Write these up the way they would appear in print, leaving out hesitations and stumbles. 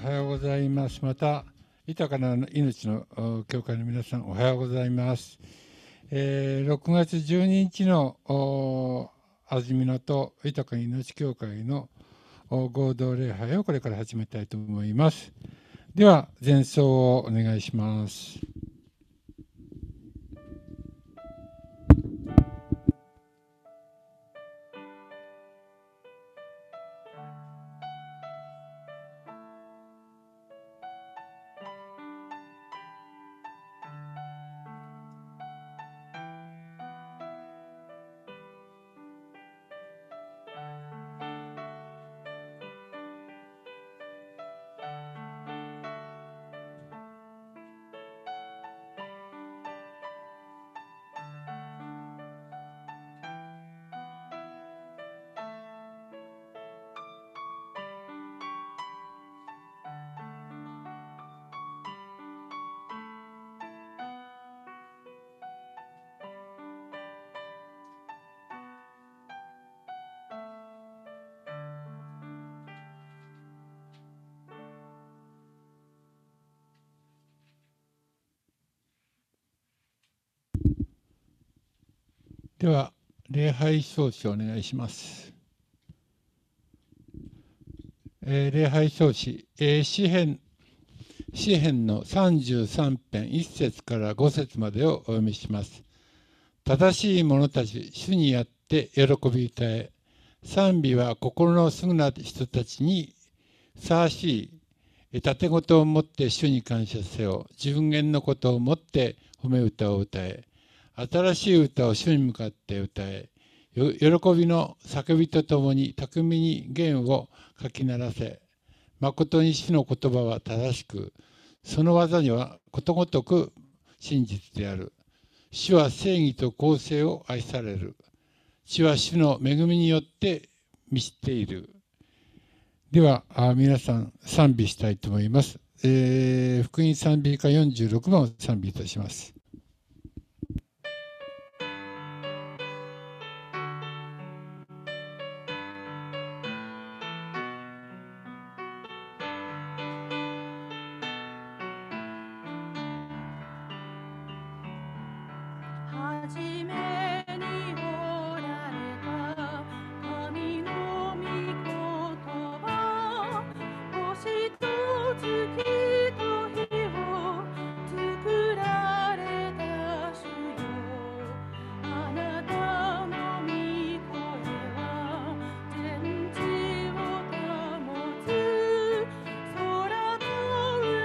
はようございます。また、豊かな命の教会の皆さん、おはようございます。6月12日の安曇野と豊かな命教会の合同礼拝をこれから始めたいと思います。では、前奏をお願いします。では、礼拝奏詞をお願いします。礼拝奏詞、詩編の33編1節から5節までをお読みします。正しい者たち、主にあって喜び歌え。賛美は心のすぐな人たちにふさわしい。盾事をもって主に感謝せよ。純言のことをもって褒め歌を歌え。新しい歌を主に向かって歌え。喜びの叫びとともに巧みに弦をかき鳴らせ。誠に主の言葉は正しく、その技にはことごとく真実である。主は正義と公正を愛される。主は主の恵みによって満ちている。では、皆さん賛美したいと思います。福音賛美歌46番を賛美いたします。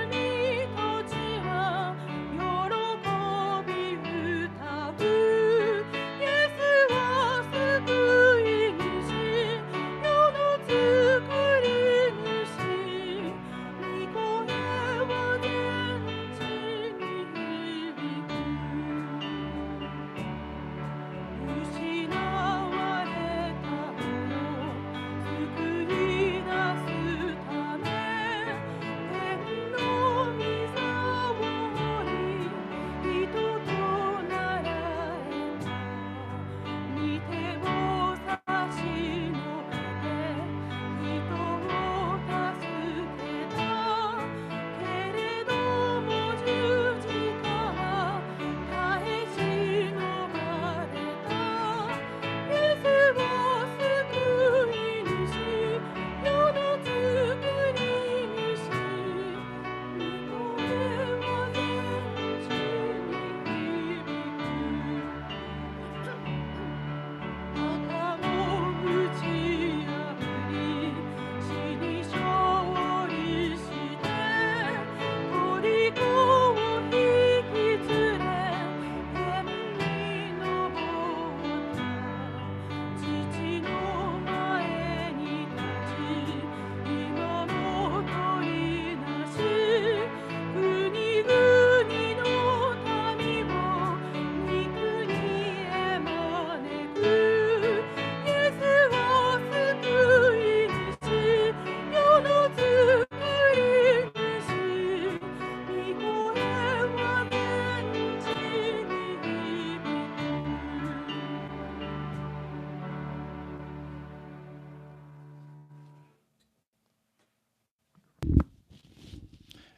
喜び歌う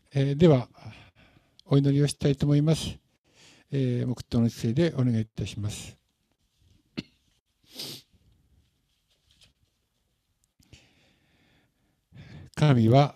では、お祈りをしたいと思います。黙祷の姿勢でお願いいたします。神は、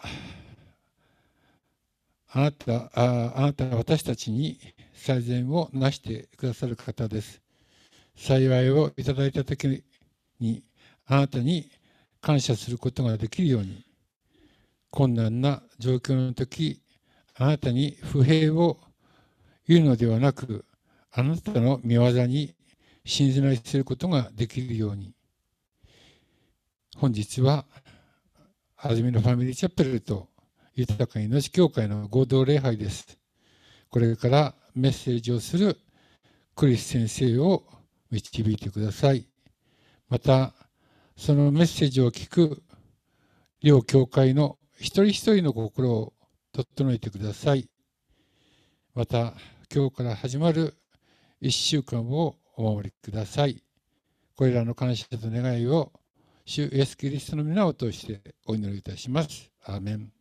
あなたは私たちに最善をなしてくださる方です。幸いをいただいたときに、あなたに感謝することができるように、困難な状況の時、あなたに不平を言うのではなく、あなたの御業に信じなりすることができるように、本日は、はじめのファミリーチャペルと豊か命教会の合同礼拝です。これからメッセージをするクリス先生を導いてください。また、そのメッセージを聞く両教会の一人一人の心を整えてください。また、今日から始まる1週間をお守りください。これらの感謝と願いを主イエスキリストの皆を通してお祈りいたします。アーメン。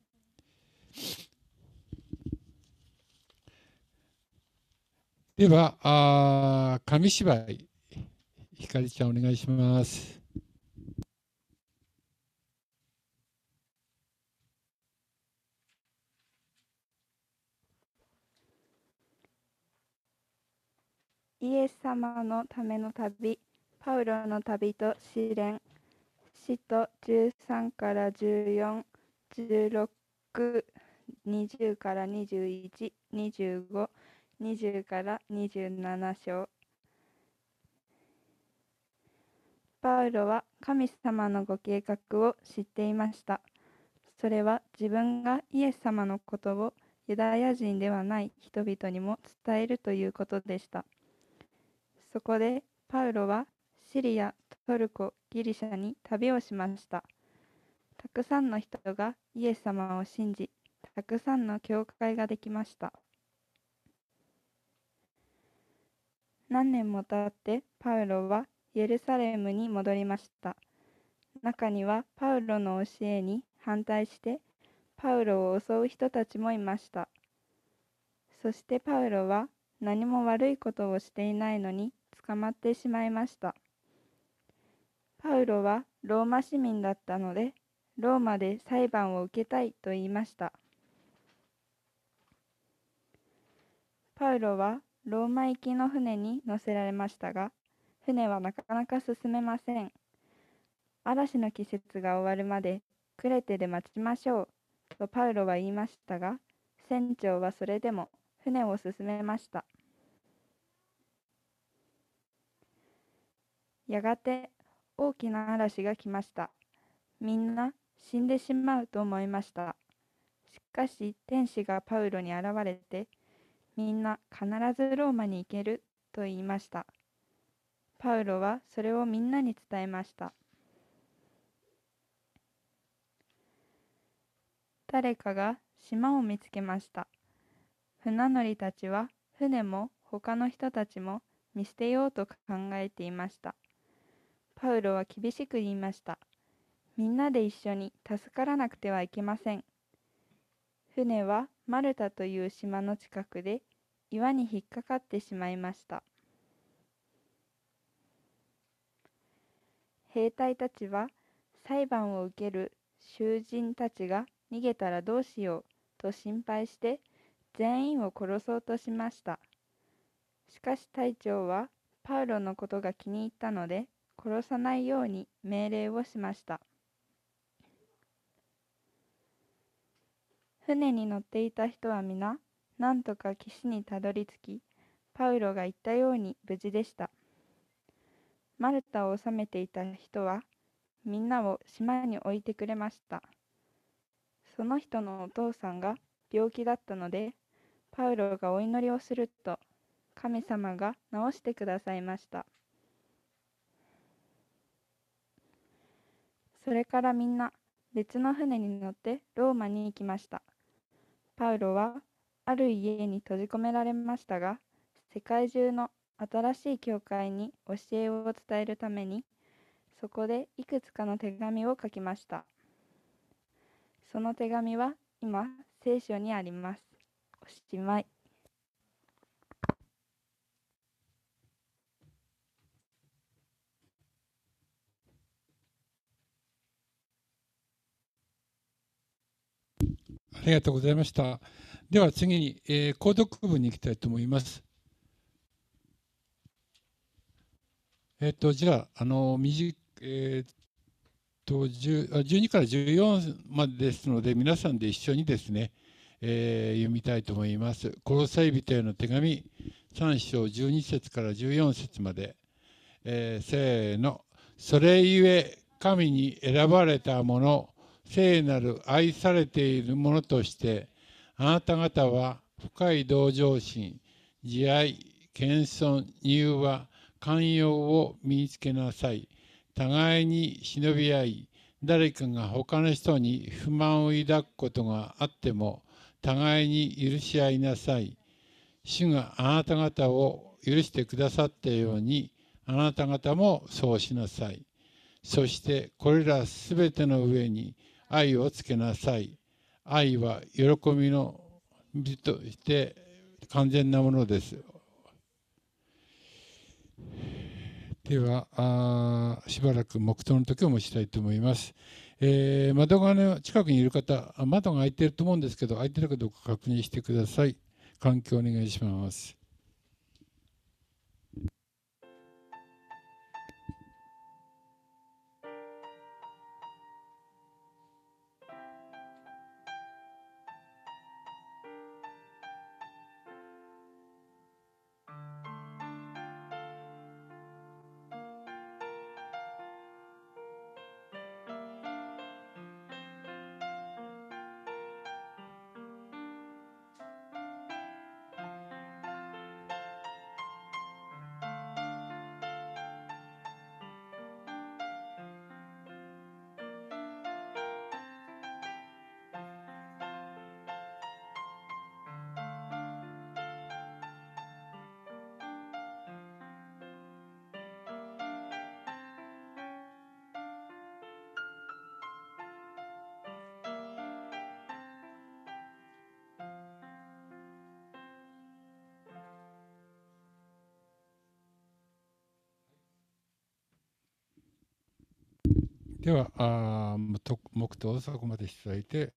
では、紙芝居、ひかりちゃんお願いします。 イエス様のための旅、パウロの旅と試練、使徒13から14、16、20から21、25、20から27章。パウロは神様のご計画を知っていました。それは自分がイエス様のことをユダヤ人ではない人々にも伝えるということでした。そこでパウロはシリア、トルコ、ギリシャに旅をしました。たくさんの人がイエス様を信じ、たくさんの教会ができました。何年も経ってパウロはエルサレムに戻りました。中にはパウロの教えに反対してパウロを襲う人たちもいました。そしてパウロは何も悪いことをしていないのに捕まってしまいました。パウロはローマ市民だったので、ローマで裁判を受けたいと言いました。パウロはローマ行きの船に乗せられましたが、船はなかなか進めません。嵐の季節が終わるまでクレテで待ちましょうとパウロは言いましたが、船長はそれでも船を進めました。やがて大きな嵐が来ました。みんな死んでしまうと思いました。しかし天使がパウロに現れて、みんな必ずローマに行けると言いました。パウロはそれをみんなに伝えました。誰かが島を見つけました。船乗りたちは船も他の人たちも見捨てようと考えていました。パウロは厳しく言いました。みんなで一緒に助からなくてはいけません。船はマルタという島の近くで岩に引っかかってしまいました。兵隊たちは裁判を受ける囚人たちが逃げたらどうしようと心配して全員を殺そうとしました。しかし隊長はパウロのことが気に入ったので殺さないように命令をしました。船に乗っていた人は皆なんとか岸にたどり着き、パウロが言ったように無事でした。マルタを治めていた人はみんなを島に置いてくれました。その人のお父さんが病気だったので、パウロがお祈りをすると、神様が治してくださいました。それからみんな別の船に乗ってローマに行きました。パウロはある家に閉じ込められましたが、世界中の新しい教会に教えを伝えるために、そこでいくつかの手紙を書きました。その手紙は今、聖書にあります。おしまい。 ありがとうございました。では次に、購読文に行きたいと思います。じゃあ、12から14までですので、皆さんで一緒にですね、読みたいと思います。コロサイ人への手紙3章12節から14節まで、せーの。それゆえ神に選ばれたもの、聖なる愛されているものとして、あなた方は深い同情心、慈愛、謙遜、柔和、寛容を身につけなさい。互いに忍び合い、誰かが他の人に不満を抱くことがあっても、互いに許し合いなさい。主があなた方を許してくださったように、あなた方もそうしなさい。そしてこれらすべての上に愛をつけなさい。愛は喜びの実として完全なものです。ではしばらく黙祷の時を持ちたいと思います。窓側の近くにいる方、窓が開いていると思うんですけど、開いているかどうか確認してください。環境お願いします。では、黙祷をそこまでしていただいて、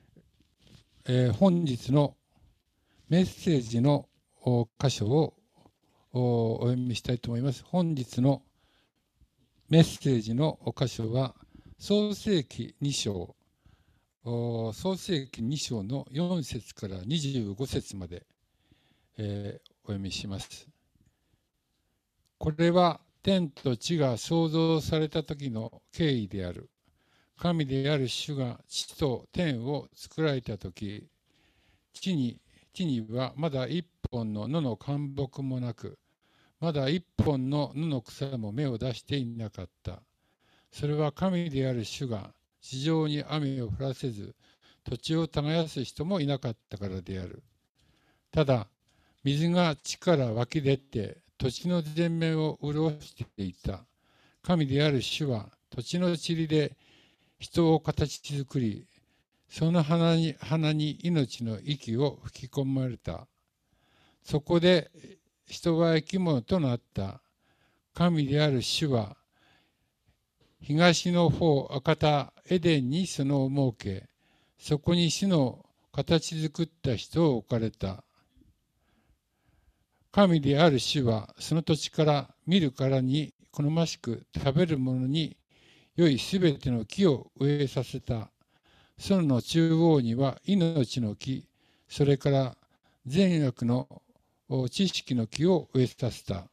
本日のメッセージの箇所をお読みしたいと思います。本日のメッセージの箇所は、創世記2章、創世記2章の4節から25節まで、お読みします。これは天と地が創造された時の経緯である。神である主が地と天を作られた時、地にはまだ一本の野の灌木もなく、まだ一本の野の草も芽を出していなかった。それは神である主が地上に雨を降らせず、土地を耕す人もいなかったからである。ただ、水が地から湧き出て、土地の全面を潤していた。神である主は土地の塵で人を形作り、その鼻に命の息を吹き込まれた。そこで人は生き物となった。神である主は東の方、赤エデンに園を設け、そこに主の形作った人を置かれた。神である主はその土地から見るからに好ましく食べるものに良いすべての木を植えさせた。園の中央には命の木、それから善悪の知識の木を植えさせた。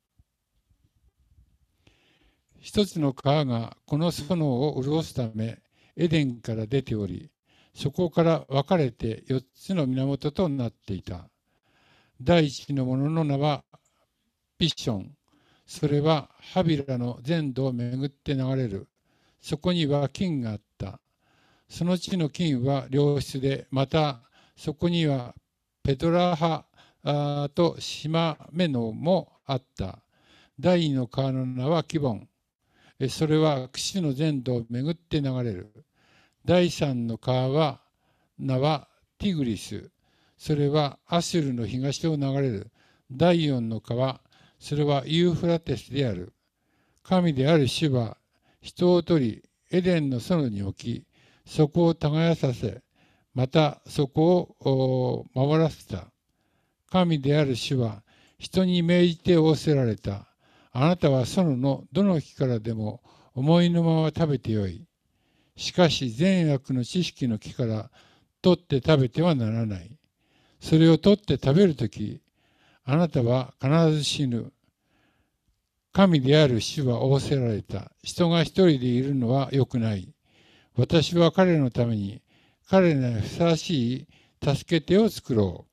一つの川がこの園を潤すためエデンから出ており、そこから分かれて4つの源となっていた。第一のものの名はピッション。それはハビラの全土を巡って流れる。そこには金があった。その地の金は良質で、またそこにはペトラハとシマメノもあった。第二の川の名はキボン。それは櫛の全土を巡って流れる。第三の川は名はティグリス。それはアシュルの東を流れる第4の川。それはユーフラテスである。神である主は人を取り、エデンの園に置き、そこを耕させ、またそこを守らせた。神である主は人に命じて仰せられた。あなたは園のどの木からでも思いのまま食べてよい。しかし善悪の知識の木から取って食べてはならない。それを取って食べるとき、あなたは必ず死ぬ。神である主は仰せられた。人が一人でいるのは良くない。私は彼のために、彼にふさわしい助け手を作ろう。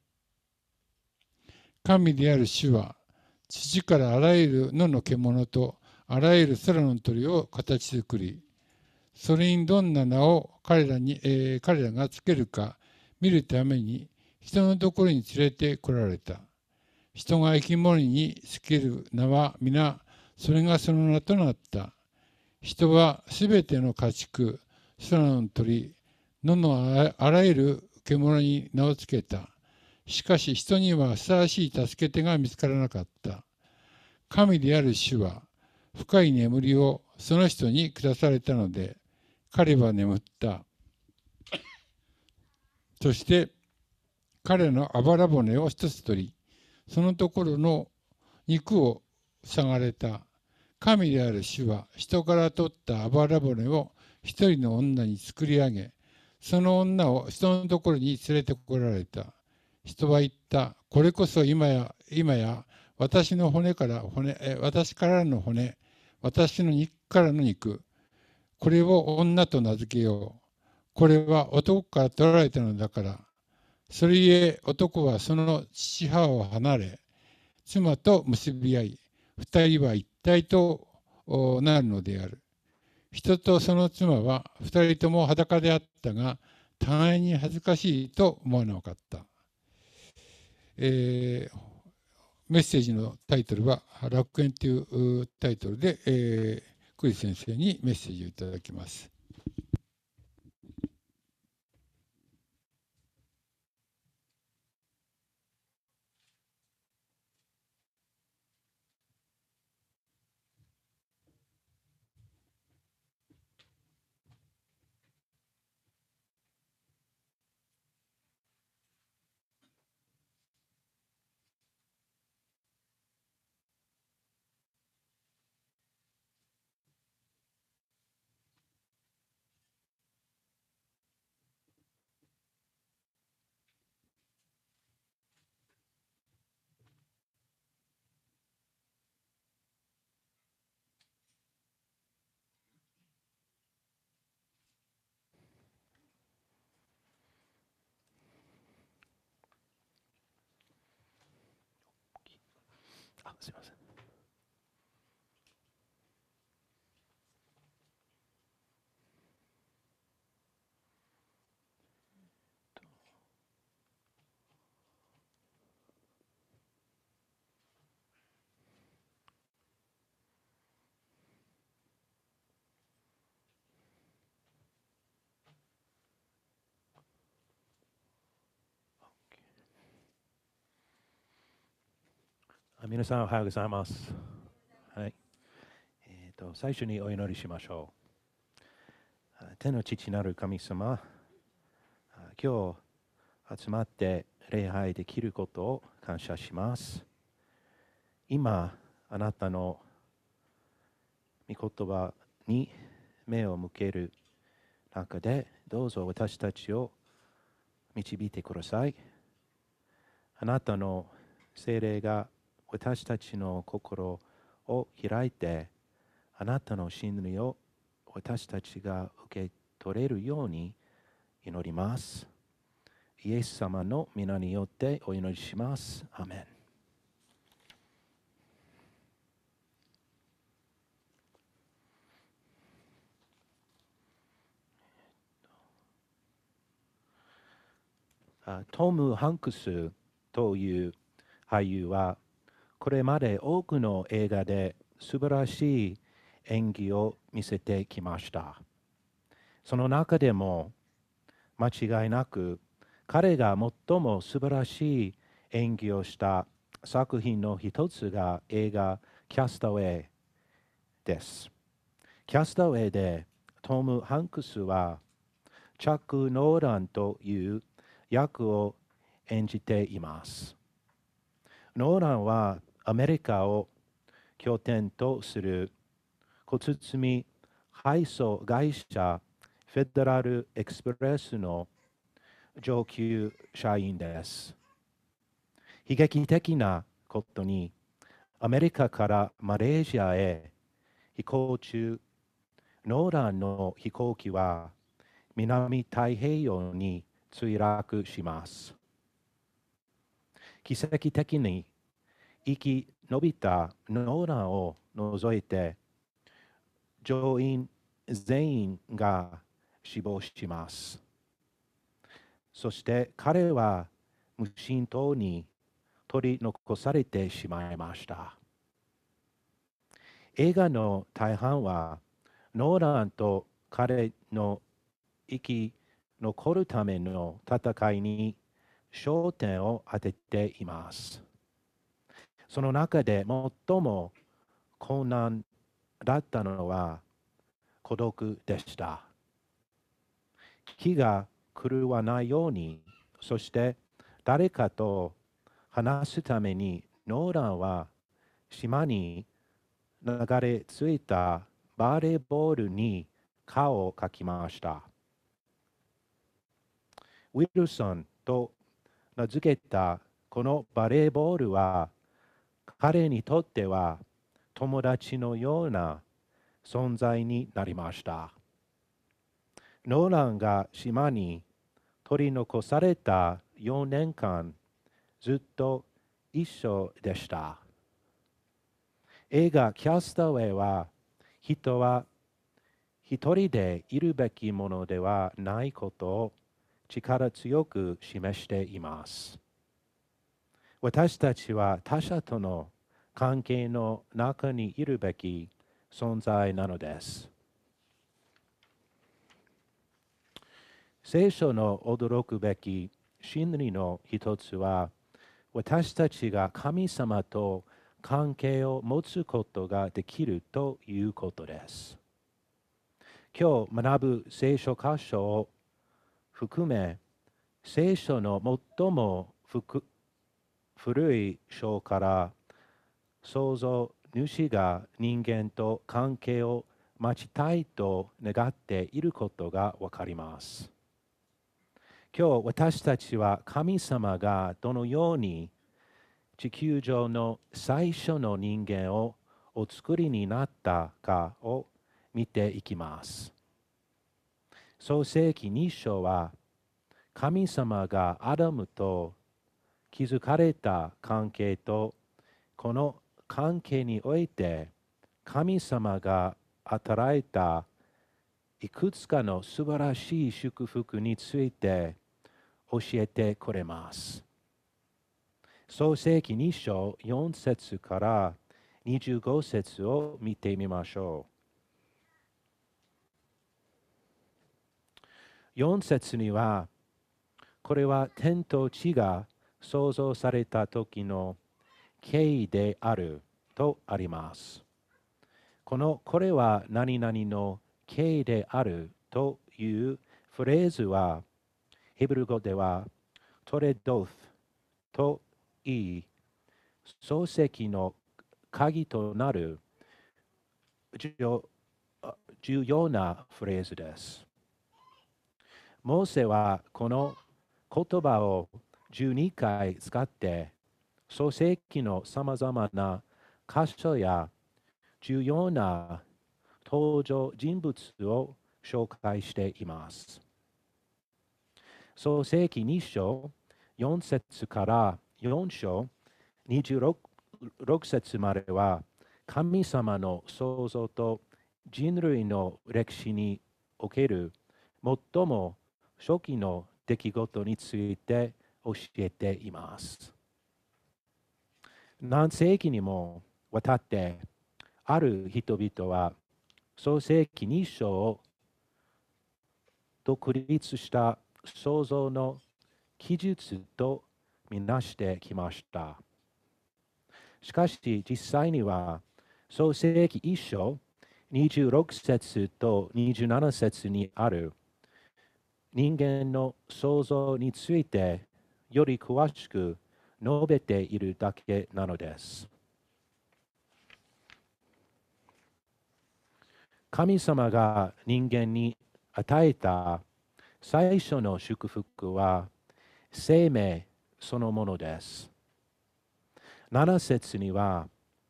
神である主は、土からあらゆる野の獣とあらゆる空の鳥を形作り、それにどんな名を彼らがつけるか見るために人のところに連れてこられた。人が生き物につける名は皆それがその名となった。人はすべての家畜、空の鳥、野のあらゆる獣に名をつけた。しかし人にはふさわしい助け手が見つからなかった。神である主は深い眠りをその人に下されたので、彼は眠った。そして彼のあばら骨を一つ取り、そのところの肉を裂がれた。神である主は人から取ったあばら骨を一人の女に作り上げ、その女を人のところに連れてこられた。人は言った。これこそ今や私の骨から私からの骨、私の肉からの肉。これを女と名付けよう。これは男から取られたのだから。それゆえ男はその父母を離れ、妻と結び合い、二人は一体となるのである。人とその妻は二人とも裸であったが、互いに恥ずかしいと思わなかった。メッセージのタイトルは楽園というタイトルで、クリス先生にメッセージをいただきます。 すみません。皆さんおはようございます。はい。最初にお祈りしましょう。天の父なる神様、今日集まって礼拝できることを感謝します。今、あなたの御言葉に目を向ける中で、どうぞ私たちを導いてください。あなたの聖霊が私たちの心を開いて、あなたの真理を私たちが受け取れるように祈ります。イエス様の皆によってお祈りします。アーメン。トム・ハンクスという俳優は、これまで多くの映画で素晴らしい演技を見せてきました。その中でも、 間違いなく彼が最も素晴らしい演技をした作品の一つが映画キャスタウェイです。キャスタウェイでトム・ハンクスはチャック・ノーランという役を演じています。ノーランはアメリカを拠点とする小包配送会社フェデラルエクスプレスの上級社員です。悲劇的なことに、アメリカからマレーシアへ飛行中、ノーランの飛行機は南太平洋に墜落します。奇跡的に生き延びたノーランを除いて、乗員全員が死亡します。そして彼は無人島に取り残されてしまいました。映画の大半はノーランと彼の生き残るための戦いに焦点を当てています。その中で最も困難だったのは孤独でした。気が狂わないように、そして誰かと話すためにノーランは島に流れ着いたバレーボールに顔を描きました。ウィルソンと名付けたこのバレーボールは彼にとっては友達のような存在になりました。ノーランが島に取り残された4年間、ずっと一緒でした。映画キャスタウェイは、人は一人でいるべきものではないことを力強く示しています。私たちは他者との関係の中にいるべき存在なのです。聖書の驚くべき真理の一つは、私たちが神様と関係を持つことができるということです。今日学ぶ聖書箇所を含め、聖書の最も古い章から創造主が人間と関係を持ちたいと願っていることがわかります。今日私たちは神様がどのように地球上の最初の人間をお作りになったかを見ていきます。創世記2章は神様がアダムと築かれた関係とこの関係において神様が与えたいくつかの素晴らしい祝福について教えてくれます。創世記2章4節から25節を見てみましょう。4節には、これは天と地が創造された時の経緯であるとあります。これは何々の経緯であるというフレーズは、ヘブル語ではトレドフと言い、創世記の鍵となる重要なフレーズです。モーセはこの言葉を12回使って創世記のさまざまな箇所や重要な登場人物を紹介しています。創世記2章4節から4章26節までは神様の創造と人類の歴史における最も初期の出来事について教えています。何世紀にもわたってある人々は創世記2章を独立した創造の記述とみなしてきました。しかし実際には創世記1章26節と27節にある人間の創造についてより詳しく述べているだけなのです。神様が人間に与えた最初の祝福は生命そのものです。7節には、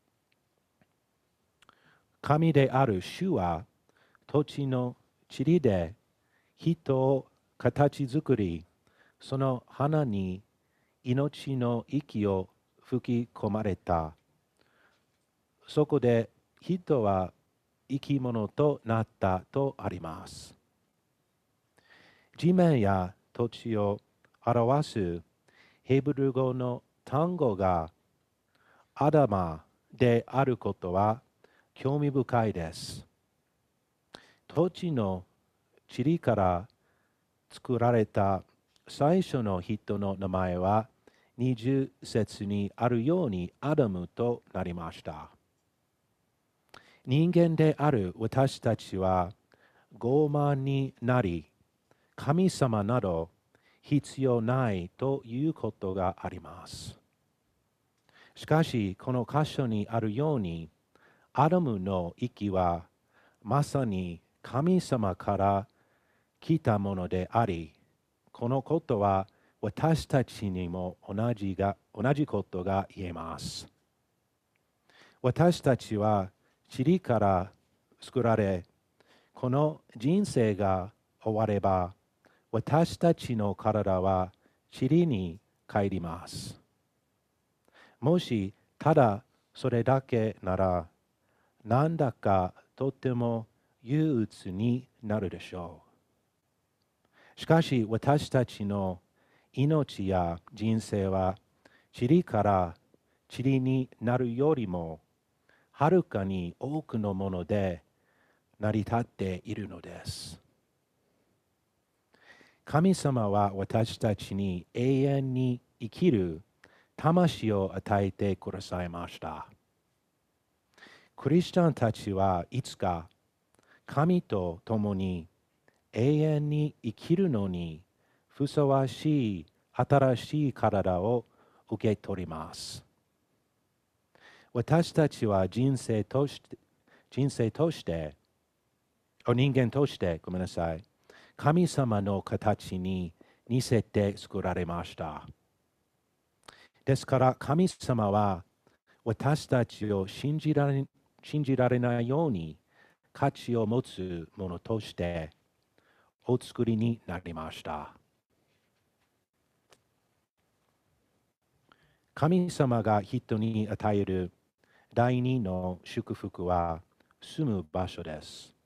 神である主は土地の塵で人を形作り、その花に命の息を吹き込まれた。そこで人は生き物となったとあります。地面や土地を表すヘブル語の単語がアダマであることは興味深いです。土地の塵から作られた最初の人の名前は20節にあるようにアダムとなりました。人間である私たちは傲慢になり、神様など必要ないということがあります。しかし、この箇所にあるように、アダムの息はまさに神様から来たものであり、このことは私たちにも同じことが言えます。私たちは塵から作られ、この人生が終われば、私たちの体は塵に帰ります。もしただそれだけなら、なんだかとても憂鬱になるでしょう。しかし私たちの命や人生は塵から塵になるよりもはるかに多くのもので成り立っているのです。神様は私たちに永遠に生きる魂を与えてくださいました。クリスチャンたちはいつか神と共に永遠に生きるのにふさわしい新しい体を受け取ります。私たちは人間としてごめんなさい、神様の形に似せて作られました。ですから神様は私たちを信じられないように価値を持つものとしてお作りになりました。神様が人に与える第二の祝福は住む場所です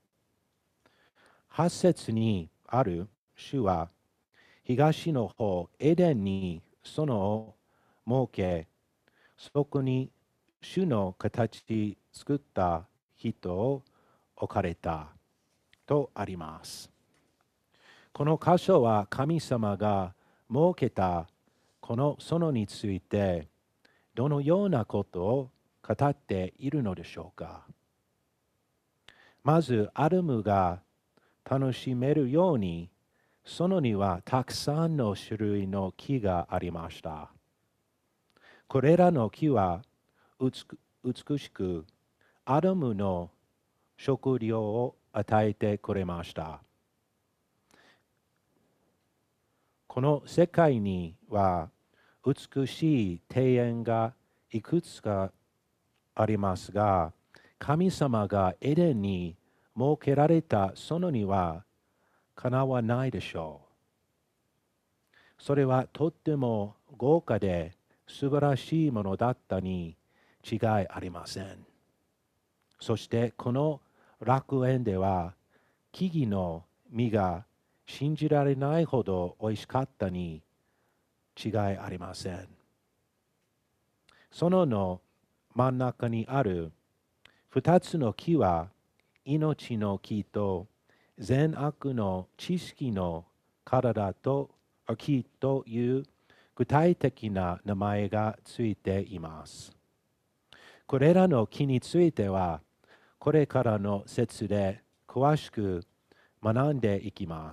。8節にある主は東の方エデンに園を設け、そこに主の形作った人を置かれたとあります。この箇所は神様が設けたこの園についてどのようなことを語っているのでしょうか。まずアダムが楽しめるように園にはたくさんの種類の木がありました。これらの木は美しくアダムの食料を与えてくれました。この世界には美しい庭園がいくつかありますが、神様がエデンに設けられた園にはかなわないでしょう。それはとっても豪華で素晴らしいものだったに違いありません。そしてこの楽園では木々の実が信じられないほどおいしかったに違いありません。園の真ん中にある2つの木は命の木と善悪の知識の体と木という具体的な名前がついています。これらの木については、これからの説で詳しく学んでいきます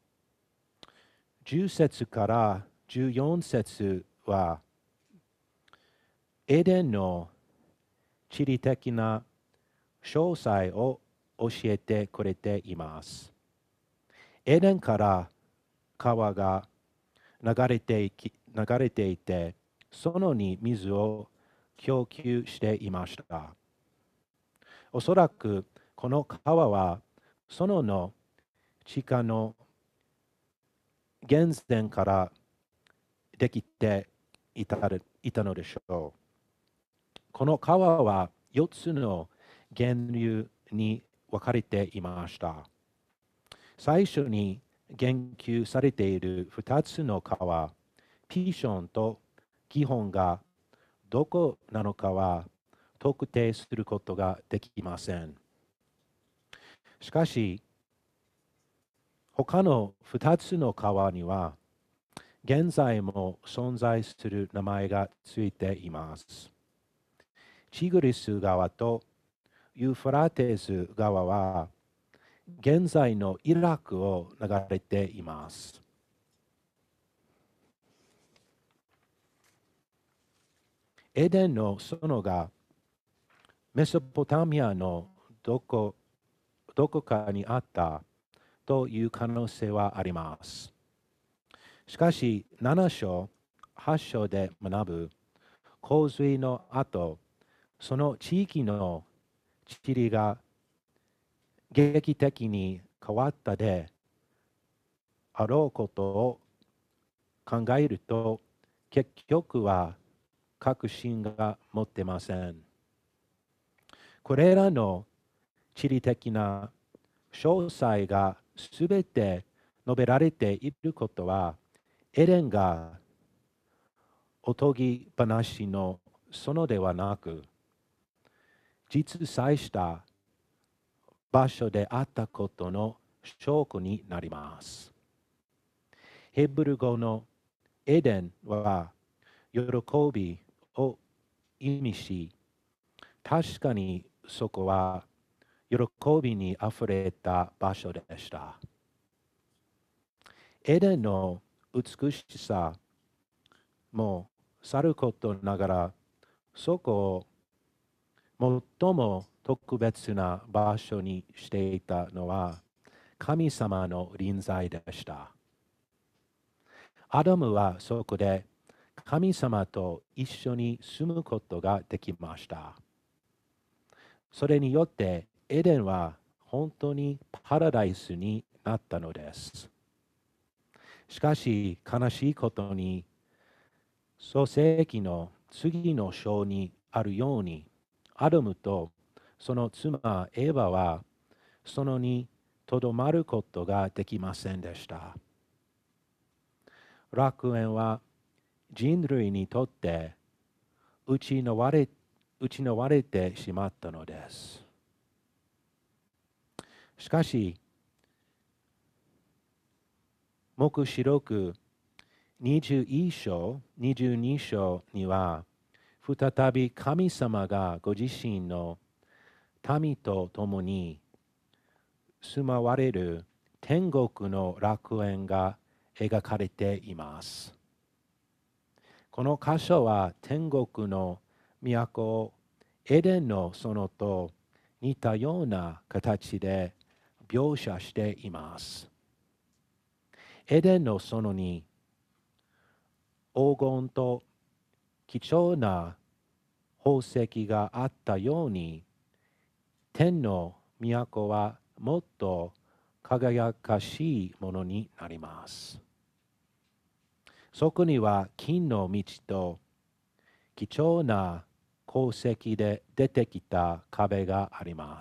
。10節から14節は、エデンの地理的な詳細を教えてくれています。エデンから川が流れていて、そのに水を供給していました。おそらくこの川はその地下の源泉からできていたのでしょう。この川は4つの源流に分かれていました。最初に言及されている2つの川、ピションとギホンがどこなのかは特定することができません。しかし、他の2つの川には、現在も存在する名前がついています。チグリス川とユーフラテス川は、現在のイラクを流れています。エデンの園がメソポタミアのどこかにあったという可能性はあります。しかし、7章、8章で学ぶ洪水の後、その地域の地理が劇的に変わったであろうことを考えると、結局は確信が持ってません。これらの地理的な詳細がすべて述べられていることは、エデンがおとぎ話の園ではなく、実在した場所であったことの証拠になります。ヘブル語のエデンは喜びを意味し、確かにそこは喜びにあふれた場所でした。エデンの美しさもさることながら、そこを最も特別な場所にしていたのは神様の臨在でした。アダムはそこで神様と一緒に住むことができました。それによってエデンは本当にパラダイスになったのです。しかし悲しいことに、創世記の次の章にあるように、アダムとその妻エヴァはそのにとどまることができませんでした。楽園は人類にとって打ちの割れてしまったのです。しかし、黙示録21章、22章には、再び神様がご自身の民と共に住まわれる天国の楽園が描かれています。この箇所は天国の都をエデンの園と似たような形で描写しています。エデンの園に黄金と貴重な宝石があったように、天の都はもっと輝かしいものになります。そこには金の道と貴重な鉱石で出てきた壁があります。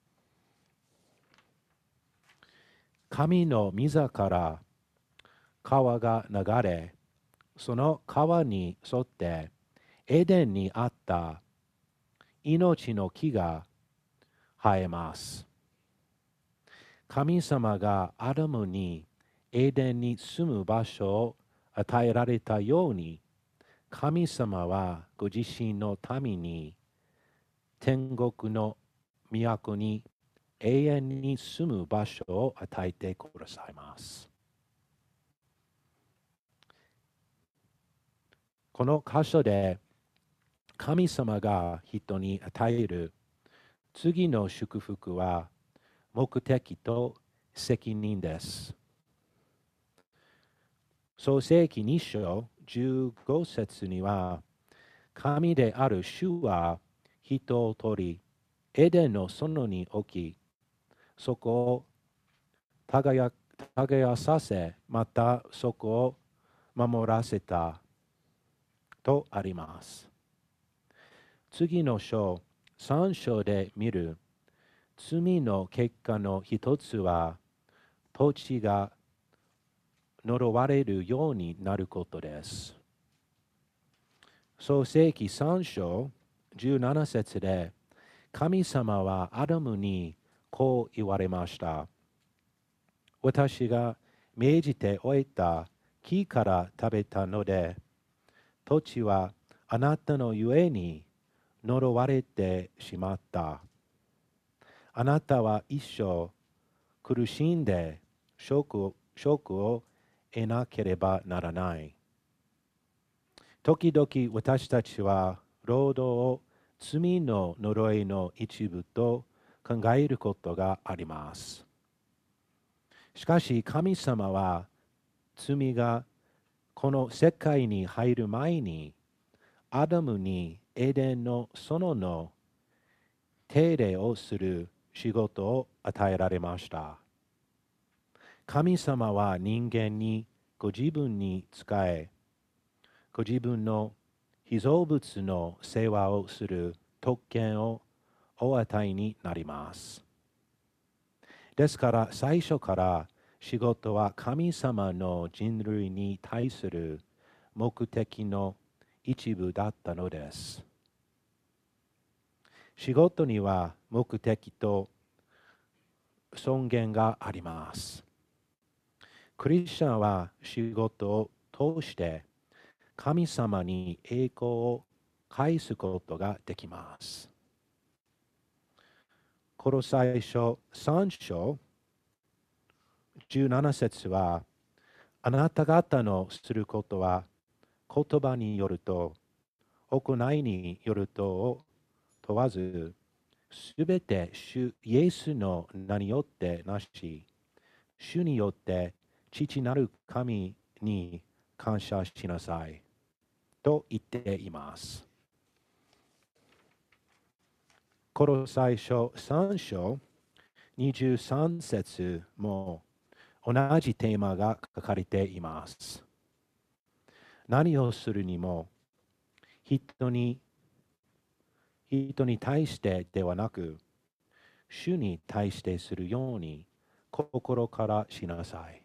神の御座から川が流れ、その川に沿ってエデンにあった命の木が生えます。神様がアダムにエデンに住む場所を与えられたように、神様はご自身の民に天国の都に永遠に住む場所を与えてくださいます。この箇所で神様が人に与える次の祝福は目的と責任です。創世記2章15節には、神である主は人を取り、エデンの園に置き、そこを耕させ、またそこを守らせたとあります。次の章、3章で見る罪の結果の一つは、土地が呪われるようになることです。創世記3章17節で、神様はアダムにこう言われました。私が命じておいた木から食べたので、土地はあなたのゆえに呪われてしまった。あなたは一生苦しんで食を得なければならない。時々私たちは労働を罪の呪いの一部と考えることがあります。しかし神様は罪がこの世界に入る前にアダムにエデンの園の手入れをする仕事を与えられました。神様は人間にご自分に仕え、ご自分の被造物の世話をする特権をお与えになります。ですから最初から仕事は神様の人類に対する目的の一部だったのです。仕事には目的と尊厳があります。クリスチャンは仕事を通して神様に栄光を返すことができます。コロサイ書3章17節は、あなた方のすることは言葉によると行いによるとを問わず、すべて主イエスの名によってなし、主によって父なる神に感謝しなさいと言っています。コロサイ書3章23節も同じテーマが書かれています。何をするにも人に対してではなく、主に対してするように心からしなさい。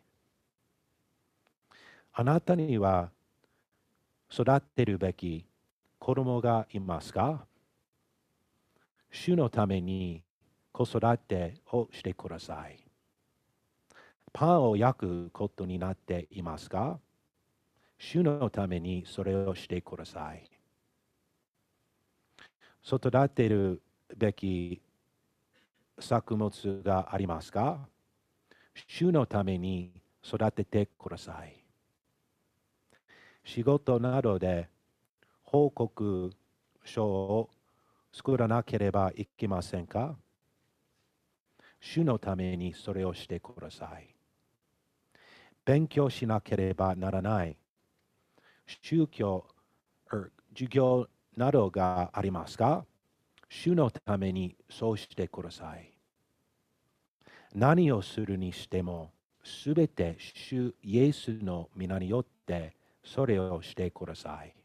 あなたには育てるべき子供がいますか？主のために子育てをしてください。パンを焼くことになっていますか？主のためにそれをしてください。育てるべき作物がありますか？主のために育ててください。仕事などで報告書を作らなければいけませんか？主のためにそれをしてください。勉強しなければならない宗教、授業などがありますか？主のためにそうしてください。何をするにしても、すべて主イエスの皆によってそれをしてください。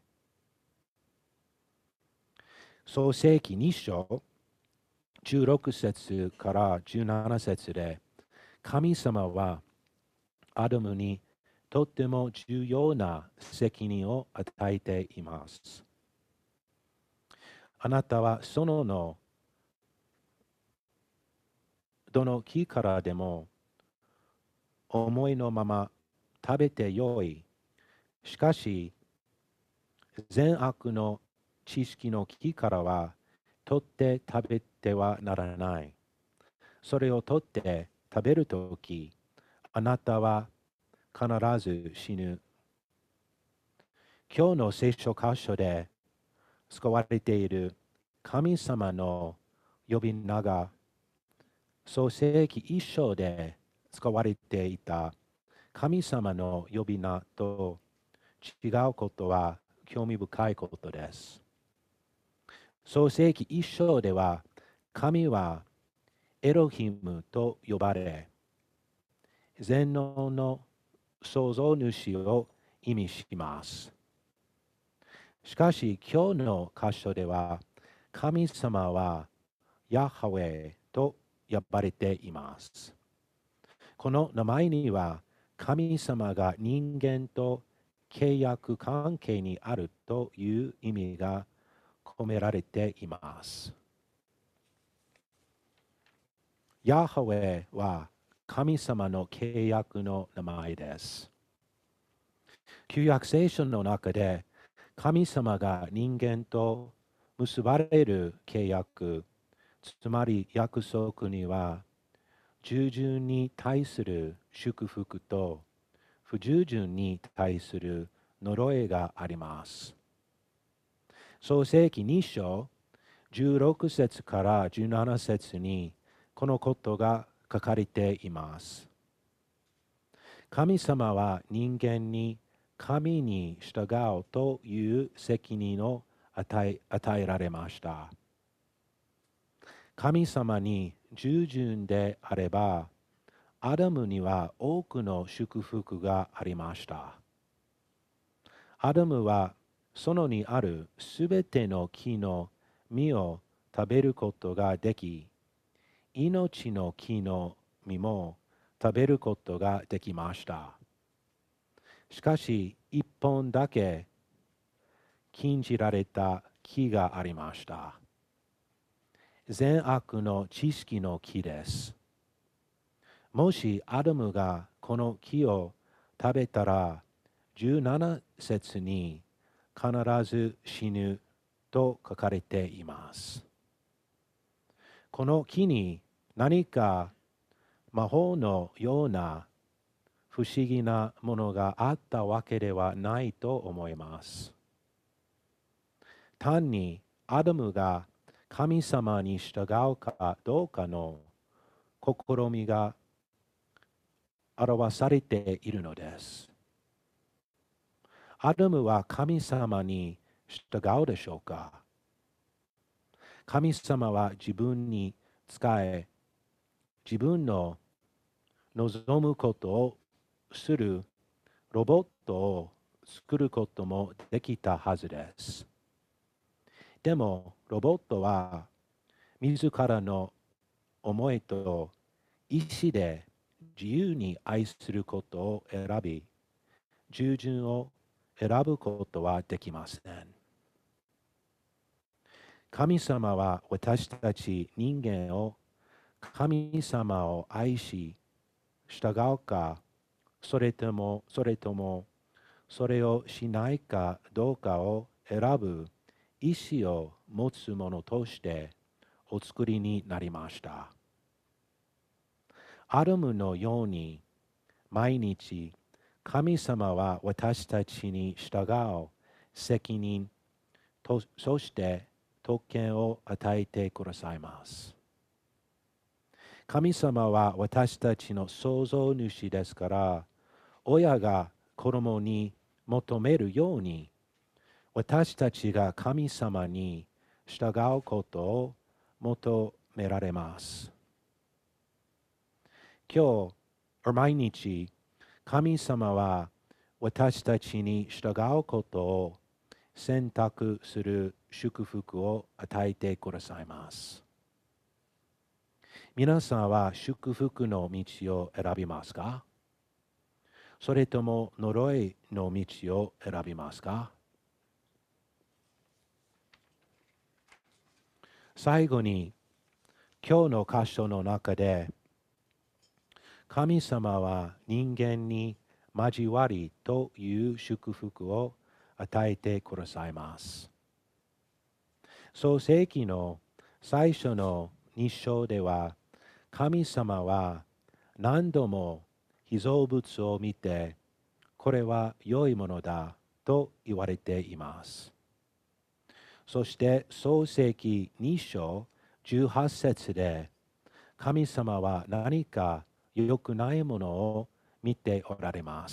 創世記2章16節から17節で、神様はアダムにとっても重要な責任を与えています。あなたは園のどの木からでも思いのまま食べてよい。しかし、善悪の知識の木からは取って食べてはならない。それを取って食べるとき、あなたは必ず死ぬ。今日の聖書箇所で使われている神様の呼び名が創世記一章で使われていた神様の呼び名と違うことは興味深いことです。創世記一章では神はエロヒムと呼ばれ、全能の創造主を意味します。しかし今日の箇所では神様はヤハウェと呼ばれています。この名前には神様が人間と契約関係にあるという意味が込められています。ヤハウェは神様の契約の名前です。旧約聖書の中で神様が人間と結ばれる契約、つまり約束には従順に対する祝福と不従順に対する呪いがあります。創世記2章16節から17節にこのことが書かれています。神様は人間に神に従うという責任を与えられました。神様に従順であれば、アダムには多くの祝福がありました。アダムは園にあるすべての木の実を食べることができ、命の木の実も食べることができました。しかし、一本だけ禁じられた木がありました。善悪の知識の木です。もしアダムがこの木を食べたら、17節に必ず死ぬと書かれています。この木に何か魔法のような不思議なものがあったわけではないと思います。単にアダムが神様に従うかどうかの試みが表されているのです。アダムは神様に従うでしょうか？神様は自分に仕え、自分の望むことをするロボットを作ることもできたはずです。でも、ロボットは自らの思いと意志で自由に愛することを選び、従順を選ぶことはできません。神様は私たち人間を神様を愛し従うか、それともそれをしないかどうかを選ぶ意志を持つものとしてお作りになりました。アダムのように毎日神様は私たちに従う責任と、そして特権を与えてくださいます。神様は私たちの創造主ですから、親が子供に求めるように、私たちが神様に従うことを求められます。今日、毎日、神様は私たちに従うことを選択する祝福を与えてくださいます。皆さんは祝福の道を選びますか？それとも呪いの道を選びますか？最後に、今日の箇所の中で、 神様は人間に交わりという祝福を与えてくださいます。創世記の最初の2章では、神様は何度も被造物を見て、これは良いものだと言われています。そして創世記2章18節で、神様は何か良くないものを見ておられます。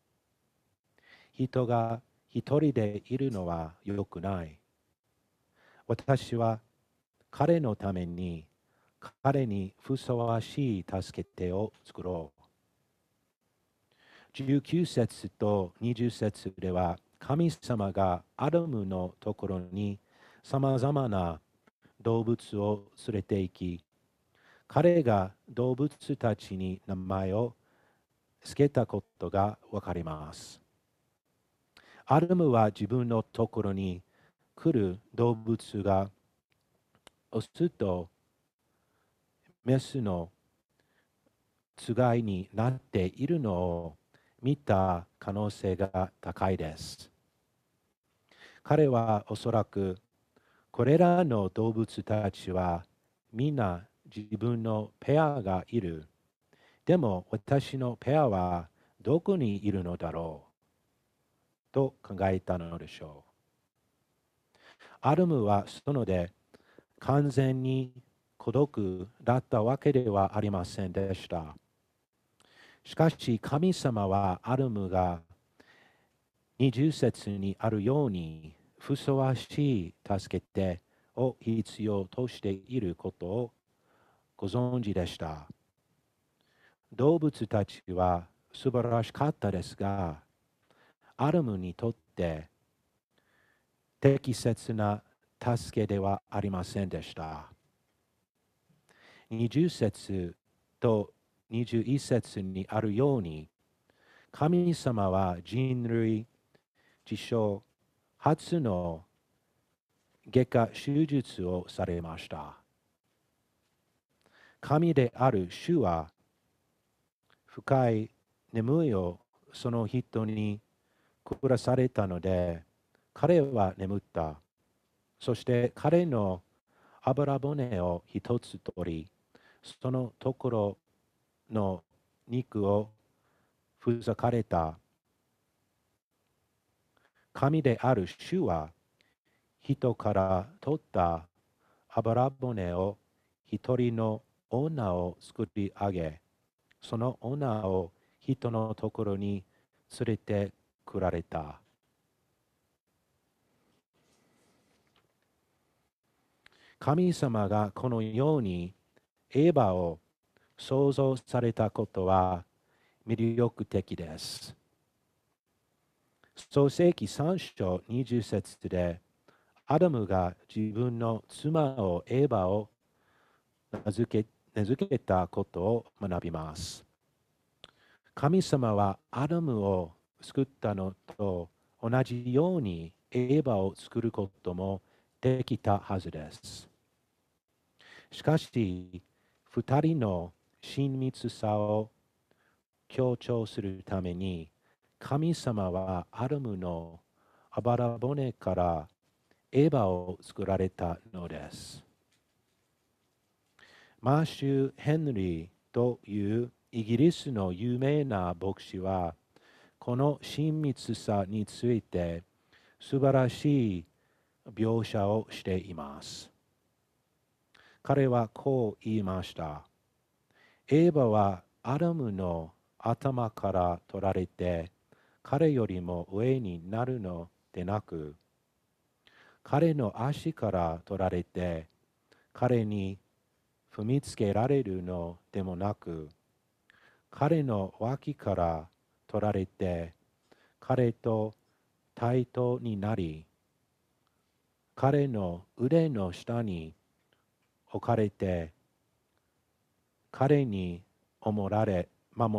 人が一人でいるのは良くない。私は彼のために、彼にふさわしい助け手を作ろう。19節と20節では、神様がアダムのところにさまざまな動物を連れて行き、彼が動物たちに名前を付けたことがわかります。アダムは自分のところに来る動物がオスとメスのつがいになっているのを見た可能性が高いです。彼はおそらくこれらの動物たちはみんな自分のペアがいる。でも私のペアはどこにいるのだろうと考えたのでしょう。アダムはそので完全に孤独だったわけではありませんでした。しかし神様はアダムが20節にあるようにふさわしい助け手を必要としていることをご存知でした。動物たちは素晴らしかったですが、アダムにとって適切な助けではありませんでした。20節と21節にあるように、神様は人類自称初の外科手術をされました。神である主は深い眠いをその人に下されたので、彼は眠った。そして彼の油骨を一つ取り、そのところの肉をふざかれた。神である主は人から取った油骨を一人の女を作り上げ、その女を人のところに連れて来られた。神様がこのようにエヴァを創造されたことは魅力的です。創世記3章20節で、アダムが自分の妻をエヴァを名付けたことを学びます。神様はアダムを作ったのと同じようにエヴァを作ることもできたはずです。しかし、二人の親密さを強調するために、神様はアダムの油骨からエヴァを作られたのです。マーシュ・ヘンリーというイギリスの有名な牧師は、この親密さについて素晴らしい描写をしています。彼はこう言いました。エヴァはアダムの頭から取られて、彼よりも上になるのでなく、彼の足から取られて、彼に踏みつけられるのでもなく、彼の脇から取られて、彼と対等になり、彼の腕の下に置かれて、彼に守られ、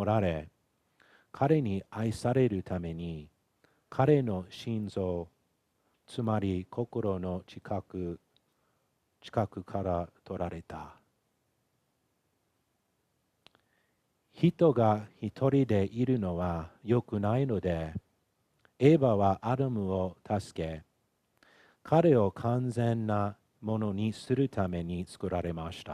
彼に愛されるために、彼の心臓、つまり心の近くから取られた。 人が一人でいるのは良くないので、エヴァはアダムを助け、彼を完全なものにするために作られました。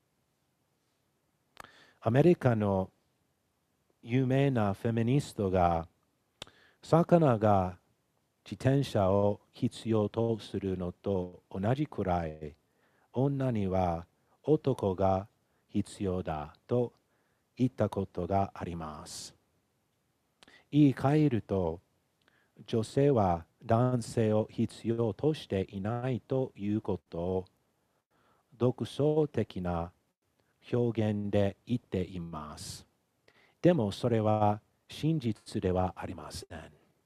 アメリカの有名なフェミニストが、魚が自転車を必要とするのと同じくらい、女には男が必要だと言ったことがあります。言い換えると、女性は男性を必要としていないということを独創的な表現で言っています。でもそれは真実ではありません。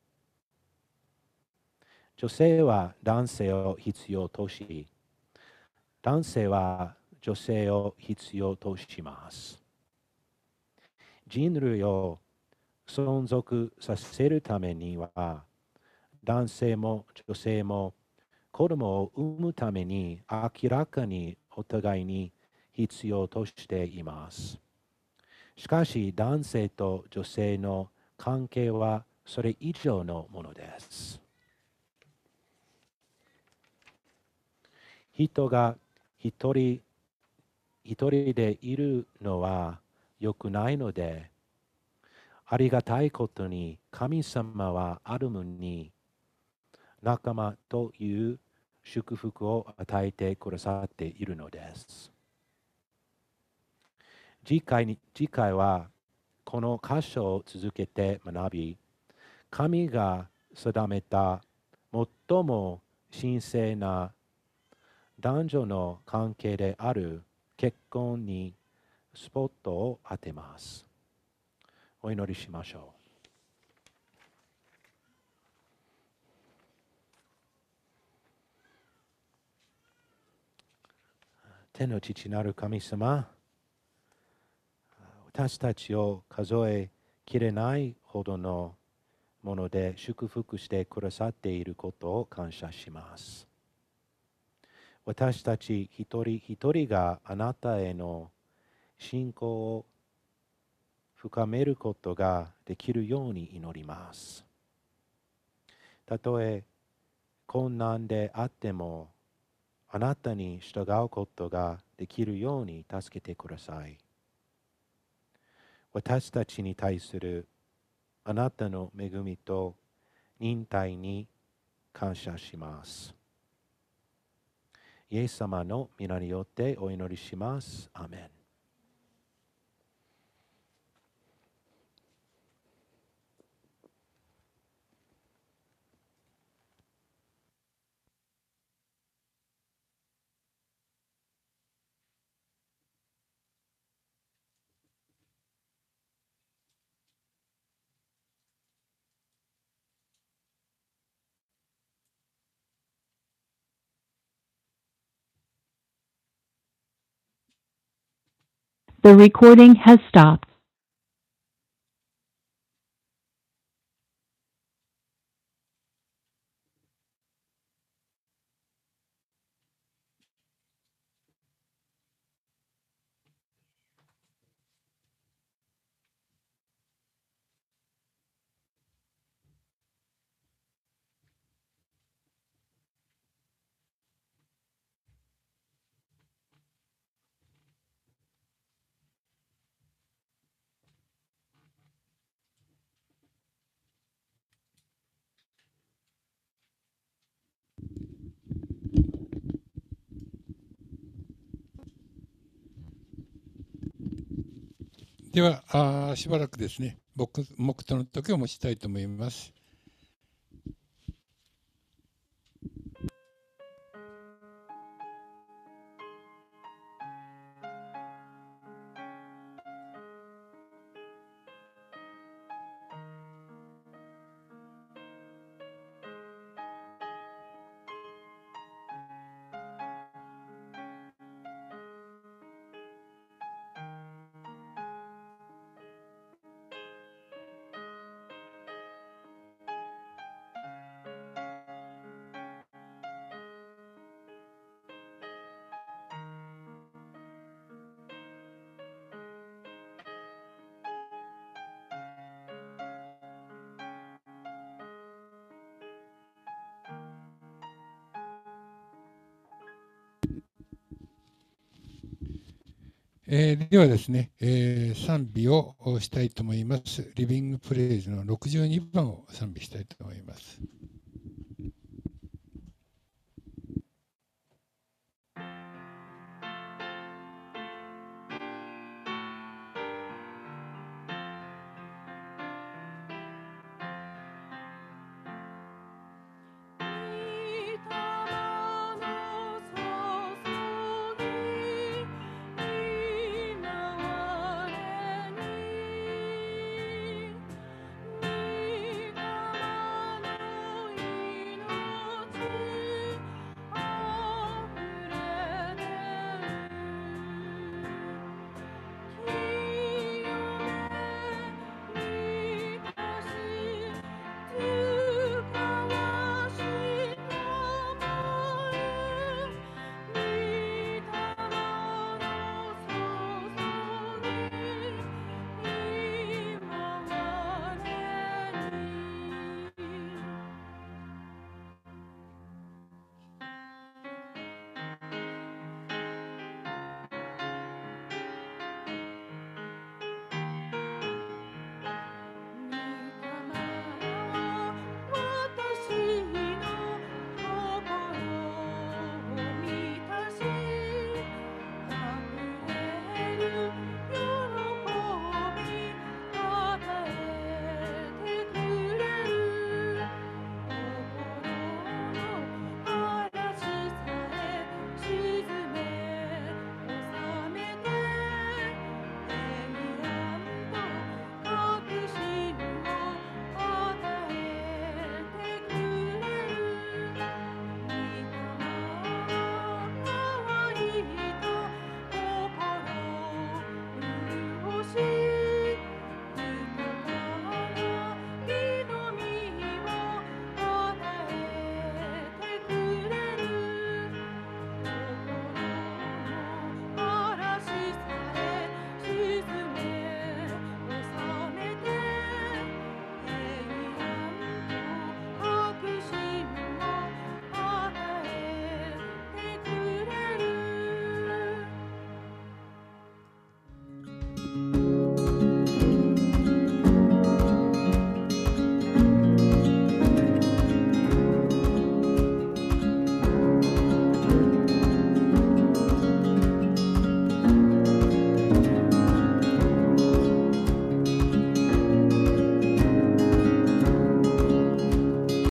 女性は男性を必要とし、男性は女性を必要とします。人類を存続させるためには、男性も女性も子供を産むために明らかにお互いに必要としています。しかし男性と女性の関係はそれ以上のものです。人が一人でいるのは良くないので、ありがたいことに神様はアダムに仲間という祝福を与えてくださっているのです。次回はこの箇所を続けて学び、神が定めた最も神聖な男女の関係である結婚にスポットを当てます。お祈りしましょう。天の父なる神様、私たちを数えきれないほどのもので祝福してくださっていることを感謝します。私たち一人一人があなたへの信仰を深めることができるように祈ります。たとえ困難であっても、あなたに従うことができるように助けてください。私たちに対するあなたの恵みと忍耐に感謝します。イエス様の皆によってお祈りします。アーメン。 The recording has stopped. ではしばらくですね、黙祷の時を持ちたいと思います。 ではですね、賛美をしたいと思います。リビングプレイズの62番を賛美したいと思います。